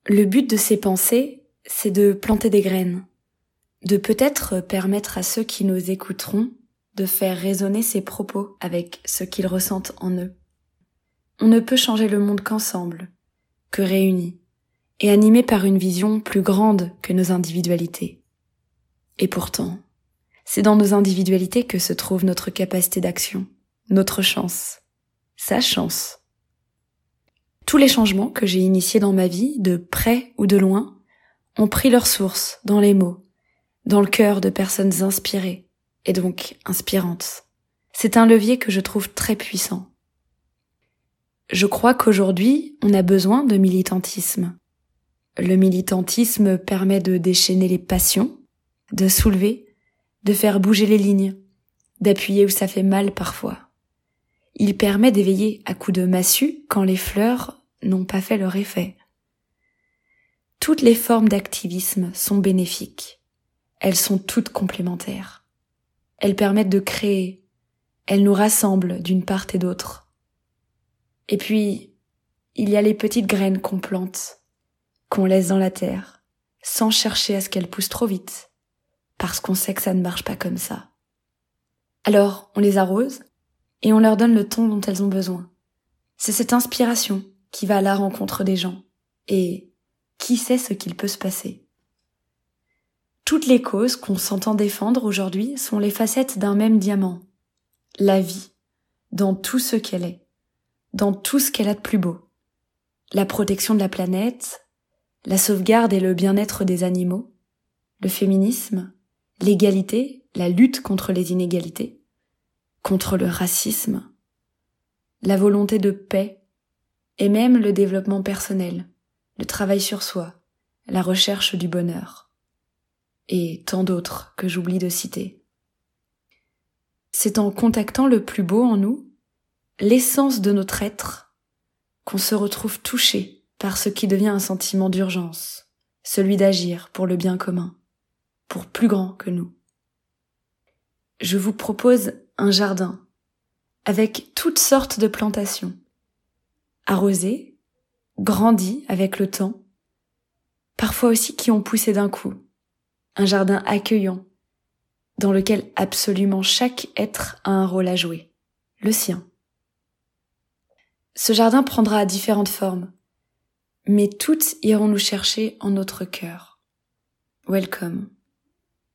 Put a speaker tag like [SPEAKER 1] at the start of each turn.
[SPEAKER 1] Le but de ces pensées, c'est de planter des graines, de peut-être permettre à ceux qui nous écouteront de faire résonner ces propos avec ce qu'ils ressentent en eux. On ne peut changer le monde qu'ensemble, que réunis, et animés par une vision plus grande que nos individualités. Et pourtant, c'est dans nos individualités que se trouve notre capacité d'action, notre chance, sa chance. Tous les changements que j'ai initiés dans ma vie, de près ou de loin, ont pris leur source dans les mots, dans le cœur de personnes inspirées, et donc inspirantes. C'est un levier que je trouve très puissant. Je crois qu'aujourd'hui, on a besoin de militantisme. Le militantisme permet de déchaîner les passions, de soulever, de faire bouger les lignes, d'appuyer où ça fait mal parfois. Il permet d'éveiller à coups de massue quand les fleurs n'ont pas fait leur effet. Toutes les formes d'activisme sont bénéfiques. Elles sont toutes complémentaires. Elles permettent de créer. Elles nous rassemblent d'une part et d'autre. Et puis, il y a les petites graines qu'on plante, qu'on laisse dans la terre, sans chercher à ce qu'elles poussent trop vite, parce qu'on sait que ça ne marche pas comme ça. Alors, on les arrose, et on leur donne le ton dont elles ont besoin. C'est cette inspiration qui va à la rencontre des gens, et qui sait ce qu'il peut se passer. Toutes les causes qu'on s'entend défendre aujourd'hui sont les facettes d'un même diamant. La vie, dans tout ce qu'elle est, dans tout ce qu'elle a de plus beau. La protection de la planète, la sauvegarde et le bien-être des animaux, le féminisme, l'égalité, la lutte contre les inégalités, contre le racisme, la volonté de paix, et même le développement personnel, le travail sur soi, la recherche du bonheur, et tant d'autres que j'oublie de citer. C'est en contactant le plus beau en nous, l'essence de notre être, qu'on se retrouve touché par ce qui devient un sentiment d'urgence, celui d'agir pour le bien commun, pour plus grand que nous. Je vous propose un jardin, avec toutes sortes de plantations, arrosées, grandies avec le temps, parfois aussi qui ont poussé d'un coup, un jardin accueillant, dans lequel absolument chaque être a un rôle à jouer, le sien. Ce jardin prendra différentes formes, mais toutes iront nous chercher en notre cœur. Welcome.